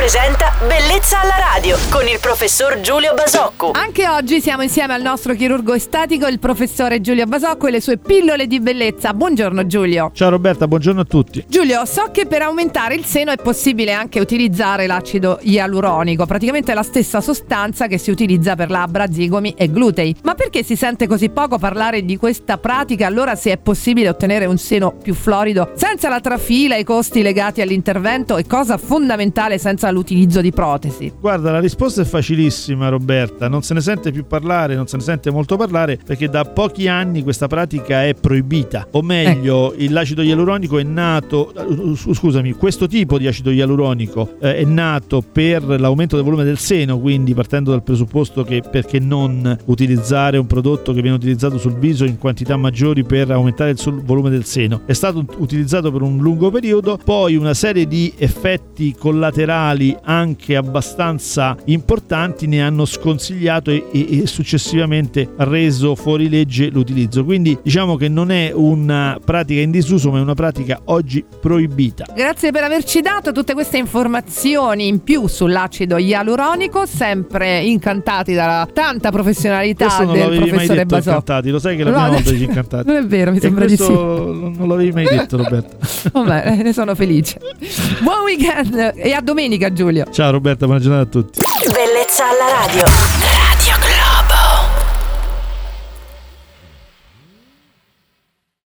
presenta Bellezza alla radio con il professor Giulio Basocco. Anche oggi siamo insieme al nostro chirurgo estetico, il professore Giulio Basocco, e le sue pillole di bellezza. Buongiorno Giulio. Ciao Roberta, buongiorno a tutti. Giulio, so che per aumentare il seno è possibile anche utilizzare l'acido ialuronico, praticamente la stessa sostanza che si utilizza per labbra, zigomi e glutei. Ma perché si sente così poco parlare di questa pratica? Allora, se è possibile ottenere un seno più florido senza la trafila e i costi legati all'intervento, e cosa fondamentale, senza l'utilizzo di protesi? Guarda, la risposta è facilissima Roberta, non se ne sente più parlare, non se ne sente molto parlare perché da pochi anni questa pratica è proibita, o meglio l'acido ialuronico è nato, questo tipo di acido ialuronico è nato per l'aumento del volume del seno, quindi partendo dal presupposto che perché non utilizzare un prodotto che viene utilizzato sul viso in quantità maggiori per aumentare il volume del seno. È stato utilizzato per un lungo periodo, poi una serie di effetti collaterali anche abbastanza importanti ne hanno sconsigliato e successivamente reso fuori legge l'utilizzo. Quindi diciamo che non è una pratica in disuso, ma è una pratica oggi proibita. Grazie per averci dato tutte queste informazioni in più sull'acido ialuronico, sempre incantati dalla tanta professionalità del professore Basocco. Incantati, lo sai che la prima volta dici incantati. Non è vero, mi sembra di sì. Non l'avevi mai detto Roberta. Vabbè, ne sono felice. Buon weekend e a domenica Giulio. Ciao Roberta, buona giornata a tutti. Bellezza alla radio.